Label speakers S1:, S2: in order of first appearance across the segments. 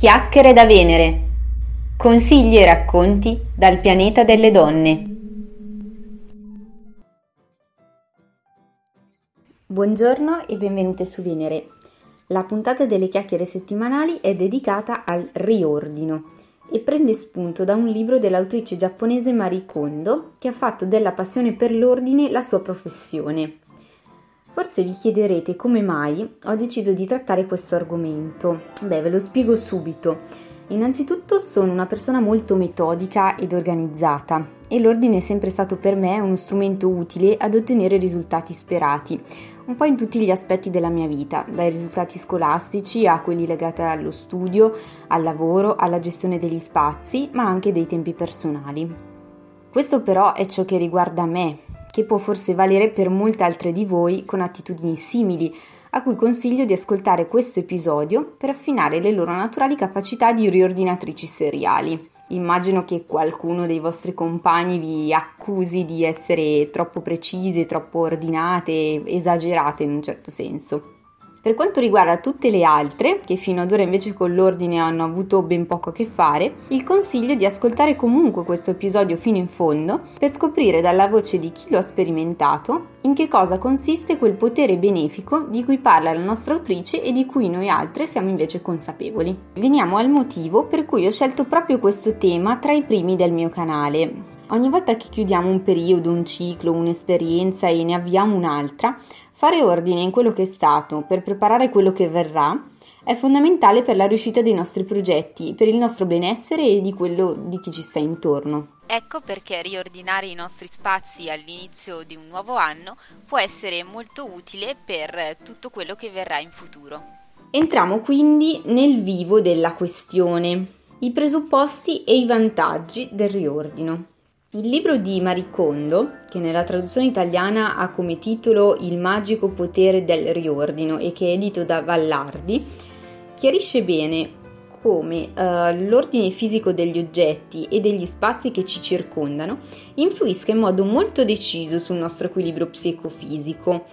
S1: Chiacchiere da Venere. Consigli e racconti dal pianeta delle donne. Buongiorno e benvenute su Venere. La puntata delle chiacchiere settimanali è dedicata al riordino e prende spunto da un libro dell'autrice giapponese Marie Kondo, che ha fatto della passione per l'ordine la sua professione. Forse vi chiederete come mai ho deciso di trattare questo argomento. Ve lo spiego subito. Innanzitutto sono una persona molto metodica ed organizzata e l'ordine è sempre stato per me uno strumento utile ad ottenere risultati sperati, un po' in tutti gli aspetti della mia vita, dai risultati scolastici a quelli legati allo studio, al lavoro, alla gestione degli spazi, ma anche dei tempi personali. Questo però è ciò che riguarda me, che può forse valere per molte altre di voi con attitudini simili, a cui consiglio di ascoltare questo episodio per affinare le loro naturali capacità di riordinatrici seriali. Immagino che qualcuno dei vostri compagni vi accusi di essere troppo precise, troppo ordinate, esagerate in un certo senso. Per quanto riguarda tutte le altre, che fino ad ora invece con l'ordine hanno avuto ben poco a che fare, il consiglio è di ascoltare comunque questo episodio fino in fondo per scoprire dalla voce di chi lo ha sperimentato in che cosa consiste quel potere benefico di cui parla la nostra autrice e di cui noi altre siamo invece consapevoli. Veniamo al motivo per cui ho scelto proprio questo tema tra i primi del mio canale. Ogni volta che chiudiamo un periodo, un ciclo, un'esperienza e ne avviamo un'altra, fare ordine in quello che è stato per preparare quello che verrà è fondamentale per la riuscita dei nostri progetti, per il nostro benessere e di quello di chi ci sta intorno.
S2: Ecco perché riordinare i nostri spazi all'inizio di un nuovo anno può essere molto utile per tutto quello che verrà in futuro.
S1: Entriamo quindi nel vivo della questione, i presupposti e i vantaggi del riordino. Il libro di Marie Kondo, che nella traduzione italiana ha come titolo Il magico potere del riordino e che è edito da Vallardi, chiarisce bene come l'ordine fisico degli oggetti e degli spazi che ci circondano influisca in modo molto deciso sul nostro equilibrio psicofisico.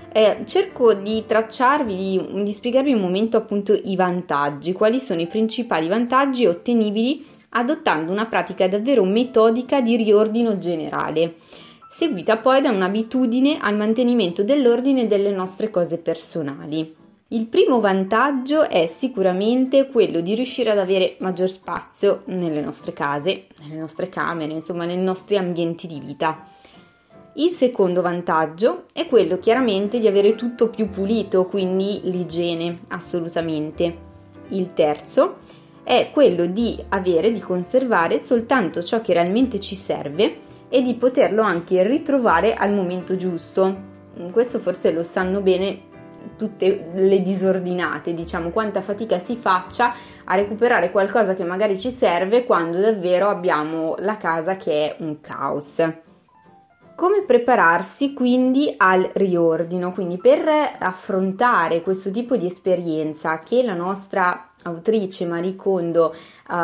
S1: Cerco di tracciarvi, di spiegarvi un momento appunto i vantaggi, quali sono i principali vantaggi ottenibili adottando una pratica davvero metodica di riordino generale, seguita poi da un'abitudine al mantenimento dell'ordine delle nostre cose personali. Il primo vantaggio è sicuramente quello di riuscire ad avere maggior spazio nelle nostre case, nelle nostre camere, insomma nei nostri ambienti di vita. Il secondo vantaggio è quello chiaramente di avere tutto più pulito, quindi l'igiene, assolutamente. Il terzo è quello di conservare soltanto ciò che realmente ci serve e di poterlo anche ritrovare al momento giusto. Questo forse lo sanno bene tutte le disordinate, diciamo, quanta fatica si faccia a recuperare qualcosa che magari ci serve quando davvero abbiamo la casa che è un caos. Come prepararsi quindi al riordino? Quindi per affrontare questo tipo di esperienza che la nostra autrice Marie Kondo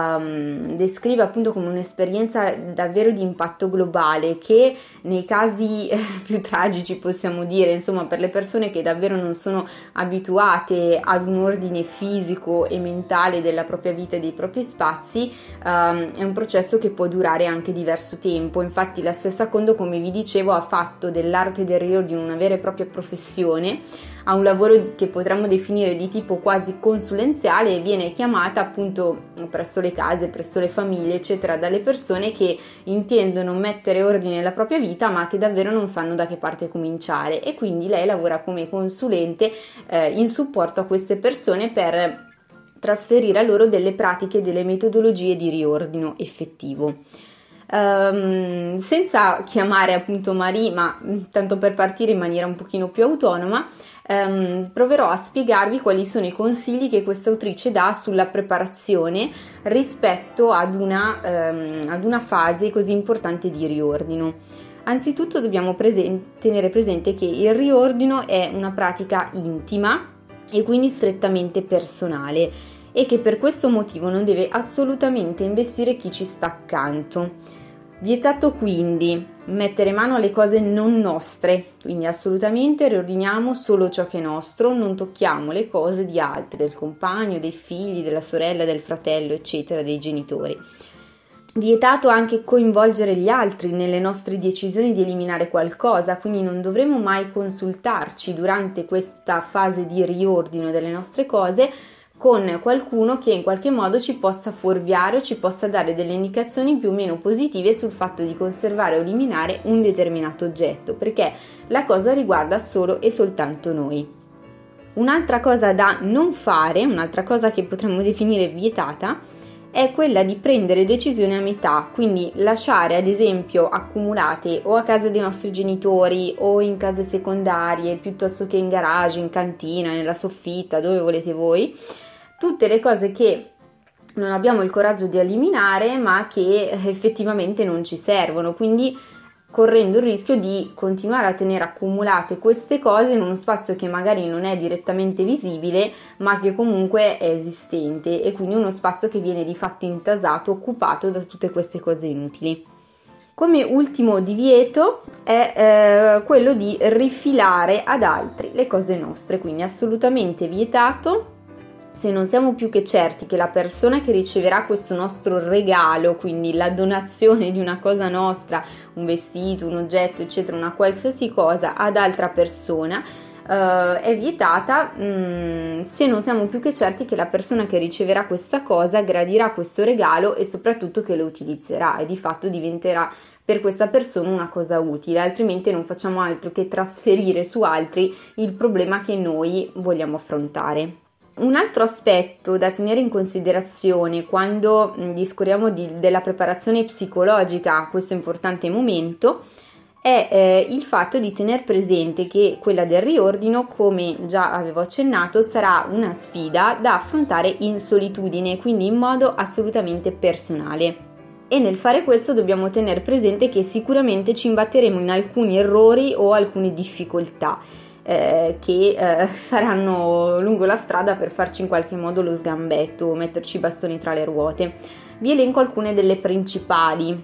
S1: descrive appunto come un'esperienza davvero di impatto globale che nei casi più tragici possiamo dire, insomma per le persone che davvero non sono abituate ad un ordine fisico e mentale della propria vita e dei propri spazi, è un processo che può durare anche diverso tempo. Infatti la stessa Kondo, come vi dicevo, ha fatto dell'arte del riordino una vera e propria professione, ha un lavoro che potremmo definire di tipo quasi consulenziale e viene chiamata appunto presso le case, presso le famiglie eccetera dalle persone che intendono mettere ordine nella propria vita ma che davvero non sanno da che parte cominciare, e quindi lei lavora come consulente in supporto a queste persone per trasferire a loro delle pratiche, delle metodologie di riordino effettivo. Senza chiamare appunto Marie, ma tanto per partire in maniera un pochino più autonoma, proverò a spiegarvi quali sono i consigli che questa autrice dà sulla preparazione rispetto ad una fase così importante di riordino. Anzitutto dobbiamo tenere presente che il riordino è una pratica intima e quindi strettamente personale e che per questo motivo non deve assolutamente investire chi ci sta accanto. Vietato quindi mettere mano alle cose non nostre, quindi assolutamente riordiniamo solo ciò che è nostro, non tocchiamo le cose di altri, del compagno, dei figli, della sorella, del fratello, eccetera, dei genitori. Vietato anche coinvolgere gli altri nelle nostre decisioni di eliminare qualcosa, quindi non dovremo mai consultarci durante questa fase di riordino delle nostre cose con qualcuno che in qualche modo ci possa fuorviare o ci possa dare delle indicazioni più o meno positive sul fatto di conservare o eliminare un determinato oggetto, perché la cosa riguarda solo e soltanto noi. Un'altra cosa da non fare, un'altra cosa che potremmo definire vietata, è quella di prendere decisioni a metà, quindi lasciare ad esempio accumulate o a casa dei nostri genitori o in case secondarie, piuttosto che in garage, in cantina, nella soffitta, dove volete voi, tutte le cose che non abbiamo il coraggio di eliminare ma che effettivamente non ci servono, quindi correndo il rischio di continuare a tenere accumulate queste cose in uno spazio che magari non è direttamente visibile ma che comunque è esistente, e quindi uno spazio che viene di fatto intasato, occupato da tutte queste cose inutili. Come ultimo divieto è quello di rifilare ad altri le cose nostre, quindi assolutamente vietato. Se non siamo più che certi che la persona che riceverà questo nostro regalo, quindi la donazione di una cosa nostra, un vestito, un oggetto, eccetera, una qualsiasi cosa ad altra persona, è vietata se non siamo più che certi che la persona che riceverà questa cosa gradirà questo regalo e soprattutto che lo utilizzerà e di fatto diventerà per questa persona una cosa utile, altrimenti non facciamo altro che trasferire su altri il problema che noi vogliamo affrontare. Un altro aspetto da tenere in considerazione quando discorriamo della preparazione psicologica a questo importante momento è il fatto di tener presente che quella del riordino, come già avevo accennato, sarà una sfida da affrontare in solitudine, quindi in modo assolutamente personale. E nel fare questo dobbiamo tenere presente che sicuramente ci imbatteremo in alcuni errori o alcune difficoltà che saranno lungo la strada per farci in qualche modo lo sgambetto o metterci i bastoni tra le ruote. Vi elenco alcune delle principali.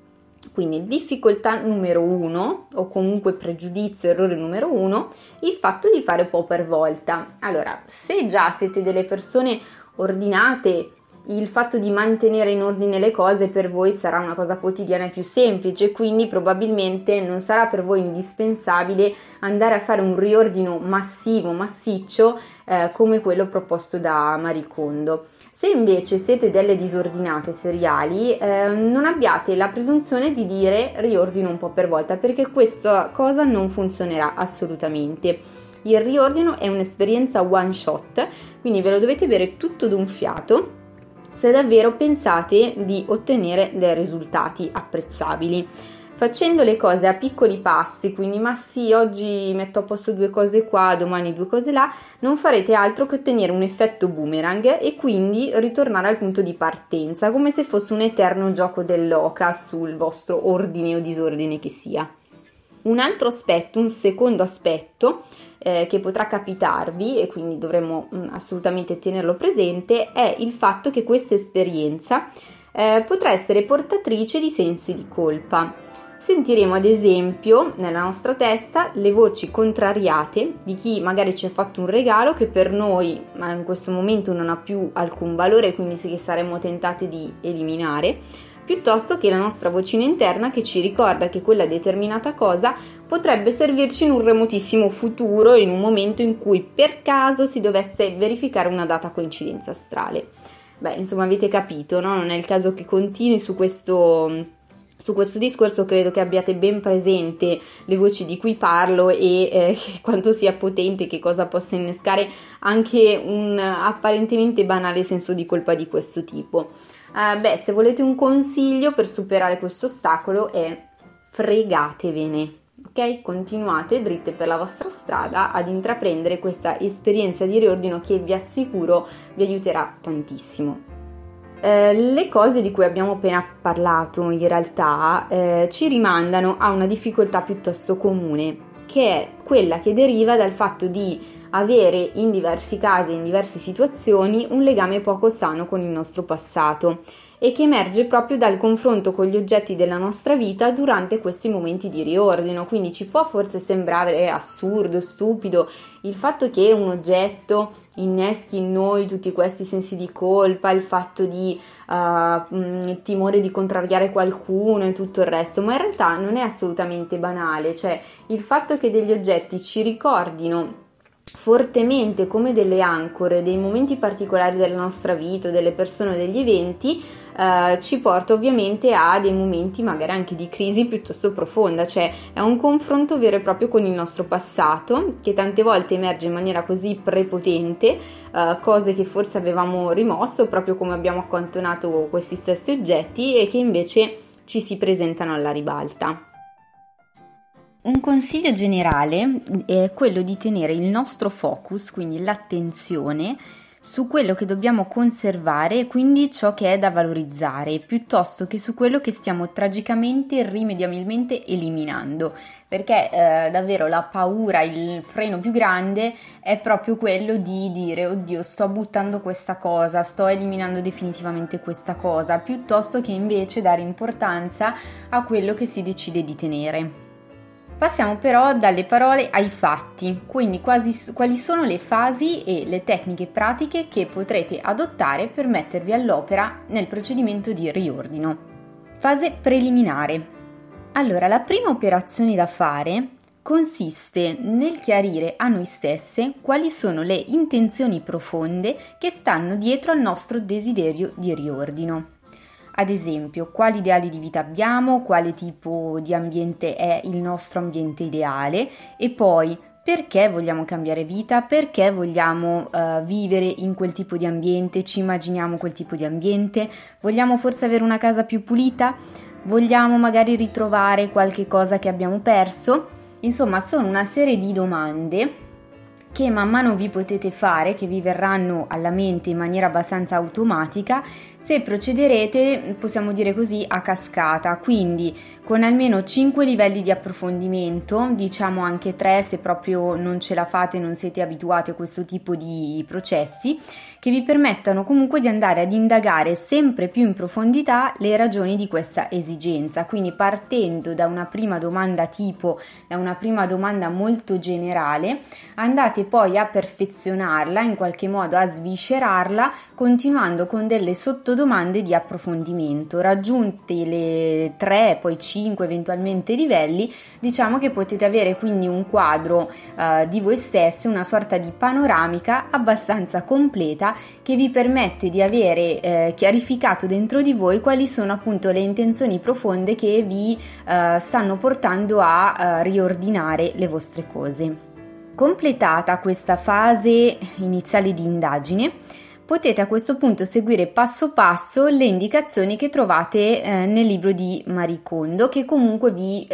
S1: Quindi difficoltà numero 1, o comunque pregiudizio, errore numero 1, il fatto di fare un po' per volta. Allora, se già siete delle persone ordinate, il fatto di mantenere in ordine le cose per voi sarà una cosa quotidiana e più semplice, quindi probabilmente non sarà per voi indispensabile andare a fare un riordino massivo, massiccio, come quello proposto da Marie Kondo. Se invece siete delle disordinate seriali, non abbiate la presunzione di dire riordino un po' per volta, perché questa cosa non funzionerà assolutamente. Il riordino è un'esperienza one shot, quindi ve lo dovete bere tutto d'un fiato se davvero pensate di ottenere dei risultati apprezzabili. Facendo le cose a piccoli passi, quindi ma sì, oggi metto a posto 2 cose qua, domani 2 cose là, non farete altro che ottenere un effetto boomerang e quindi ritornare al punto di partenza, come se fosse un eterno gioco dell'oca sul vostro ordine o disordine che sia. Un altro aspetto, un secondo aspetto che potrà capitarvi, e quindi dovremmo assolutamente tenerlo presente, è il fatto che questa esperienza potrà essere portatrice di sensi di colpa. Sentiremo ad esempio nella nostra testa le voci contrariate di chi magari ci ha fatto un regalo che per noi in questo momento non ha più alcun valore, quindi che saremmo tentati di eliminare, piuttosto che la nostra vocina interna che ci ricorda che quella determinata cosa potrebbe servirci in un remotissimo futuro, in un momento in cui per caso si dovesse verificare una data coincidenza astrale. Beh, insomma, avete capito, no? Non è il caso che continui su questo discorso, credo che abbiate ben presente le voci di cui parlo e quanto sia potente, che cosa possa innescare anche un apparentemente banale senso di colpa di questo tipo. Se volete un consiglio per superare questo ostacolo è fregatevene, ok? Continuate dritte per la vostra strada ad intraprendere questa esperienza di riordino che vi assicuro vi aiuterà tantissimo. Le cose di cui abbiamo appena parlato in realtà ci rimandano a una difficoltà piuttosto comune, che è quella che deriva dal fatto di avere in diversi casi, in diverse situazioni, un legame poco sano con il nostro passato e che emerge proprio dal confronto con gli oggetti della nostra vita durante questi momenti di riordino. Quindi ci può forse sembrare assurdo, stupido il fatto che un oggetto inneschi in noi tutti questi sensi di colpa, il fatto di timore di contrariare qualcuno e tutto il resto, ma in realtà non è assolutamente banale. Cioè il fatto che degli oggetti ci ricordino fortemente come delle ancore dei momenti particolari della nostra vita, delle persone o degli eventi, ci porta ovviamente a dei momenti magari anche di crisi piuttosto profonda. Cioè è un confronto vero e proprio con il nostro passato, che tante volte emerge in maniera così prepotente, cose che forse avevamo rimosso proprio come abbiamo accantonato questi stessi oggetti e che invece ci si presentano alla ribalta. Un consiglio generale è quello di tenere il nostro focus, quindi l'attenzione, su quello che dobbiamo conservare e quindi ciò che è da valorizzare, piuttosto che su quello che stiamo tragicamente, irrimediabilmente eliminando, perché davvero la paura, il freno più grande è proprio quello di dire oddio, sto buttando questa cosa, sto eliminando definitivamente questa cosa, piuttosto che invece dare importanza a quello che si decide di tenere. Passiamo però dalle parole ai fatti, quindi quali sono le fasi e le tecniche pratiche che potrete adottare per mettervi all'opera nel procedimento di riordino. Fase preliminare. Allora, la prima operazione da fare consiste nel chiarire a noi stesse quali sono le intenzioni profonde che stanno dietro al nostro desiderio di riordino. Ad esempio, quali ideali di vita abbiamo, quale tipo di ambiente è il nostro ambiente ideale e poi perché vogliamo cambiare vita, perché vogliamo vivere in quel tipo di ambiente, ci immaginiamo quel tipo di ambiente, vogliamo forse avere una casa più pulita, vogliamo magari ritrovare qualche cosa che abbiamo perso. Insomma, sono una serie di domande che man mano vi potete fare, che vi verranno alla mente in maniera abbastanza automatica se procederete, possiamo dire così, a cascata, quindi con almeno 5 livelli di approfondimento, diciamo anche 3 se proprio non ce la fate, non siete abituati a questo tipo di processi, che vi permettano comunque di andare ad indagare sempre più in profondità le ragioni di questa esigenza, quindi partendo da una prima domanda tipo, da una prima domanda molto generale, andate poi a perfezionarla, in qualche modo a sviscerarla, continuando con delle sottodomande di approfondimento. Raggiunti le 3, poi 5 eventualmente livelli, diciamo che potete avere quindi un quadro di voi stessi, una sorta di panoramica abbastanza completa che vi permette di avere chiarificato dentro di voi quali sono appunto le intenzioni profonde che vi stanno portando a riordinare le vostre cose. Completata questa fase iniziale di indagine, potete a questo punto seguire passo passo le indicazioni che trovate nel libro di Marie Kondo, che comunque vi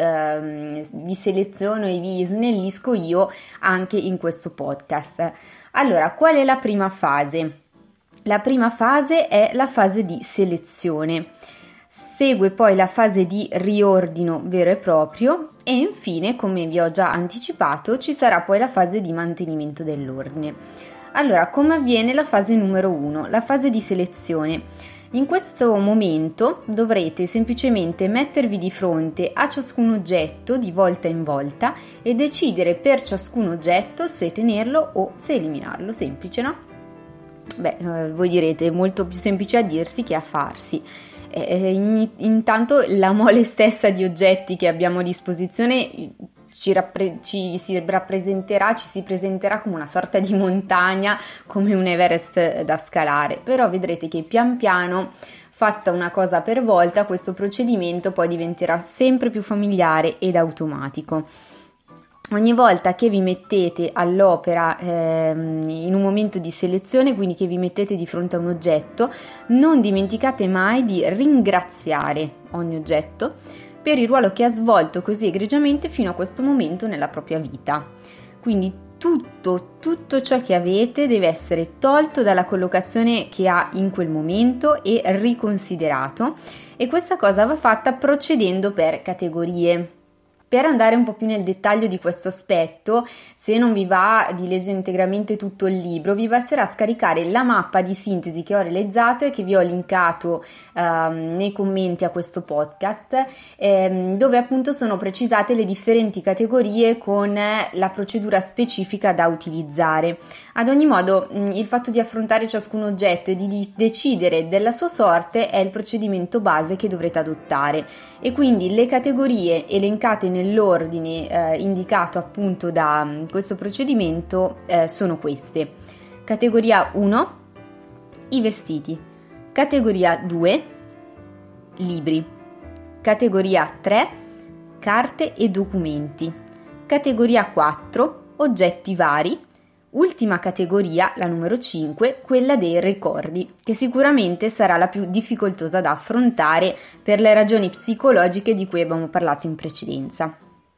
S1: seleziono e vi snellisco io anche in questo podcast. Allora, qual è la prima fase? La prima fase è la fase di selezione. Segue poi la fase di riordino vero e proprio e infine, come vi ho già anticipato, ci sarà poi la fase di mantenimento dell'ordine. Allora, come avviene la fase numero 1, la fase di selezione? In questo momento dovrete semplicemente mettervi di fronte a ciascun oggetto di volta in volta e decidere per ciascun oggetto se tenerlo o se eliminarlo. Semplice, no? Voi direte, è molto più semplice a dirsi che a farsi. Intanto la mole stessa di oggetti che abbiamo a disposizione ci si presenterà come una sorta di montagna, come un Everest da scalare, però vedrete che pian piano, fatta una cosa per volta, questo procedimento poi diventerà sempre più familiare ed automatico. Ogni volta che vi mettete all'opera in un momento di selezione, quindi che vi mettete di fronte a un oggetto, non dimenticate mai di ringraziare ogni oggetto per il ruolo che ha svolto così egregiamente fino a questo momento nella propria vita. Quindi tutto ciò che avete deve essere tolto dalla collocazione che ha in quel momento e riconsiderato, e questa cosa va fatta procedendo per categorie. Per andare un po' più nel dettaglio di questo aspetto, se non vi va di leggere integralmente tutto il libro, vi basterà scaricare la mappa di sintesi che ho realizzato e che vi ho linkato nei commenti a questo podcast, dove appunto sono precisate le differenti categorie con la procedura specifica da utilizzare. Ad ogni modo, il fatto di affrontare ciascun oggetto e di decidere della sua sorte è il procedimento base che dovrete adottare, e quindi le categorie elencate nell'ordine indicato appunto da questo procedimento sono queste. Categoria 1, i vestiti. Categoria 2, libri. Categoria 3, carte e documenti. Categoria 4, oggetti vari. Ultima categoria, la numero 5, quella dei ricordi, che sicuramente sarà la più difficoltosa da affrontare per le ragioni psicologiche di cui abbiamo parlato in precedenza.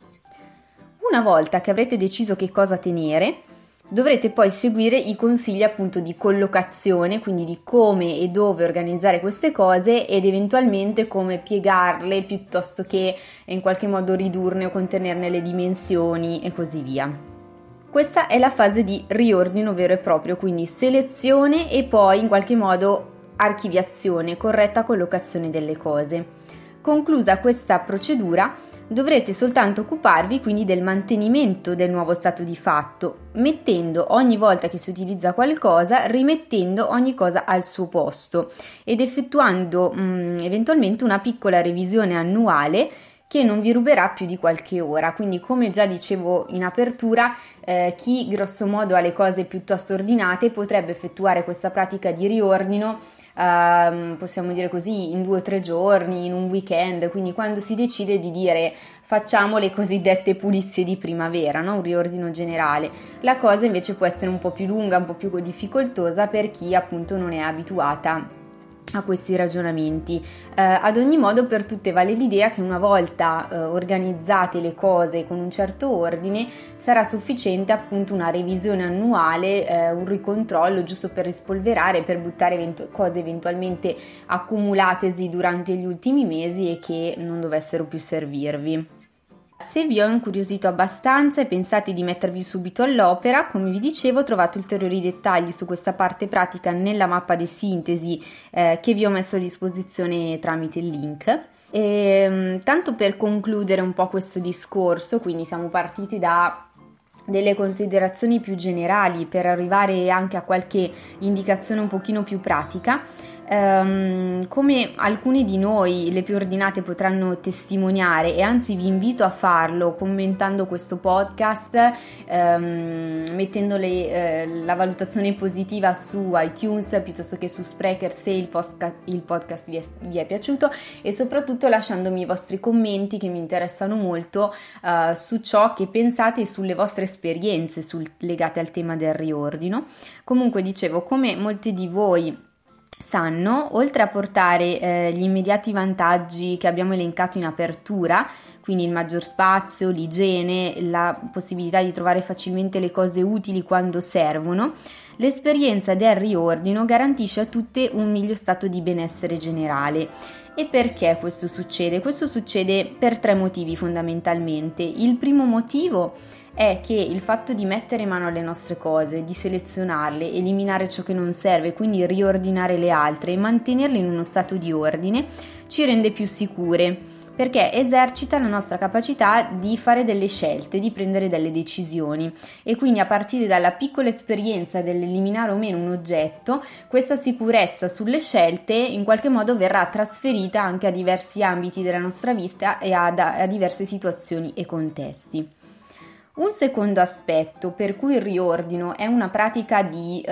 S1: Una volta che avrete deciso che cosa tenere, dovrete poi seguire i consigli appunto di collocazione, quindi di come e dove organizzare queste cose ed eventualmente come piegarle piuttosto che in qualche modo ridurne o contenerne le dimensioni e così via. Questa è la fase di riordino vero e proprio, quindi selezione e poi in qualche modo archiviazione, corretta collocazione delle cose. Conclusa questa procedura, dovrete soltanto occuparvi quindi del mantenimento del nuovo stato di fatto, mettendo ogni volta che si utilizza qualcosa, rimettendo ogni cosa al suo posto ed effettuando eventualmente una piccola revisione annuale che non vi ruberà più di qualche ora. Quindi, come già dicevo in apertura, chi grosso modo ha le cose piuttosto ordinate potrebbe effettuare questa pratica di riordino, possiamo dire così, in 2 o 3 giorni, in un weekend, quindi quando si decide di dire facciamo le cosiddette pulizie di primavera, no? Un riordino generale. La cosa invece può essere un po' più lunga, un po' più difficoltosa per chi appunto non è abituata a questi ragionamenti. Ad ogni modo, per tutte vale l'idea che una volta organizzate le cose con un certo ordine sarà sufficiente appunto una revisione annuale, un ricontrollo giusto per rispolverare, per buttare cose eventualmente accumulatesi durante gli ultimi mesi e che non dovessero più servirvi. Se vi ho incuriosito abbastanza e pensate di mettervi subito all'opera, come vi dicevo, trovate ulteriori dettagli su questa parte pratica nella mappa di sintesi che vi ho messo a disposizione tramite il link. Tanto per concludere un po' questo discorso, quindi siamo partiti da delle considerazioni più generali per arrivare anche a qualche indicazione un pochino più pratica. Come alcuni di noi, le più ordinate, potranno testimoniare, e anzi vi invito a farlo commentando questo podcast, mettendo la valutazione positiva su iTunes piuttosto che su Spreaker se il podcast vi è piaciuto, e soprattutto lasciandomi i vostri commenti che mi interessano molto su ciò che pensate e sulle vostre esperienze legate al tema del riordino. Comunque, dicevo, come molti di voi sanno, oltre a portare gli immediati vantaggi che abbiamo elencato in apertura, quindi il maggior spazio, l'igiene, la possibilità di trovare facilmente le cose utili quando servono, l'esperienza del riordino garantisce a tutte un miglior stato di benessere generale. E perché questo succede? Questo succede per 3 motivi fondamentalmente. Il primo motivo è che il fatto di mettere mano alle nostre cose, di selezionarle, eliminare ciò che non serve, quindi riordinare le altre e mantenerle in uno stato di ordine, ci rende più sicure, perché esercita la nostra capacità di fare delle scelte, di prendere delle decisioni, e quindi a partire dalla piccola esperienza dell'eliminare o meno un oggetto, questa sicurezza sulle scelte in qualche modo verrà trasferita anche a diversi ambiti della nostra vita e a diverse situazioni e contesti. Un secondo aspetto per cui il riordino è una pratica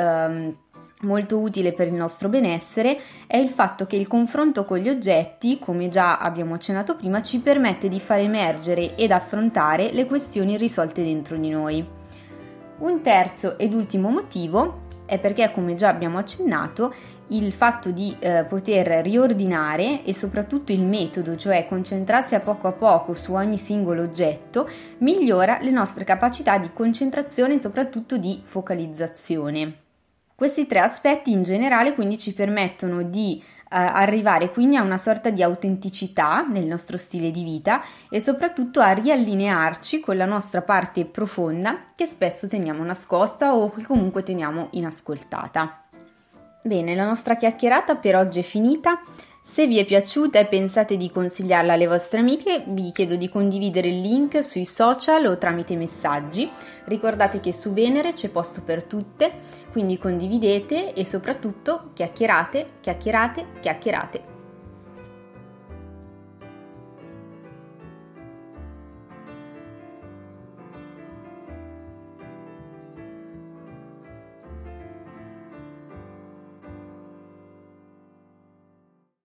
S1: molto utile per il nostro benessere è il fatto che il confronto con gli oggetti, come già abbiamo accennato prima, ci permette di far emergere ed affrontare le questioni irrisolte dentro di noi. Un terzo ed ultimo motivo è perché, come già abbiamo accennato, il fatto di poter riordinare e soprattutto il metodo, cioè concentrarsi a poco su ogni singolo oggetto, migliora le nostre capacità di concentrazione e soprattutto di focalizzazione. Questi tre aspetti in generale quindi ci permettono di arrivare quindi a una sorta di autenticità nel nostro stile di vita e soprattutto a riallinearci con la nostra parte profonda che spesso teniamo nascosta o che comunque teniamo inascoltata. Bene, la nostra chiacchierata per oggi è finita. Se vi è piaciuta e pensate di consigliarla alle vostre amiche, vi chiedo di condividere il link sui social o tramite messaggi. Ricordate che su Venere c'è posto per tutte, quindi condividete e soprattutto chiacchierate, chiacchierate, chiacchierate.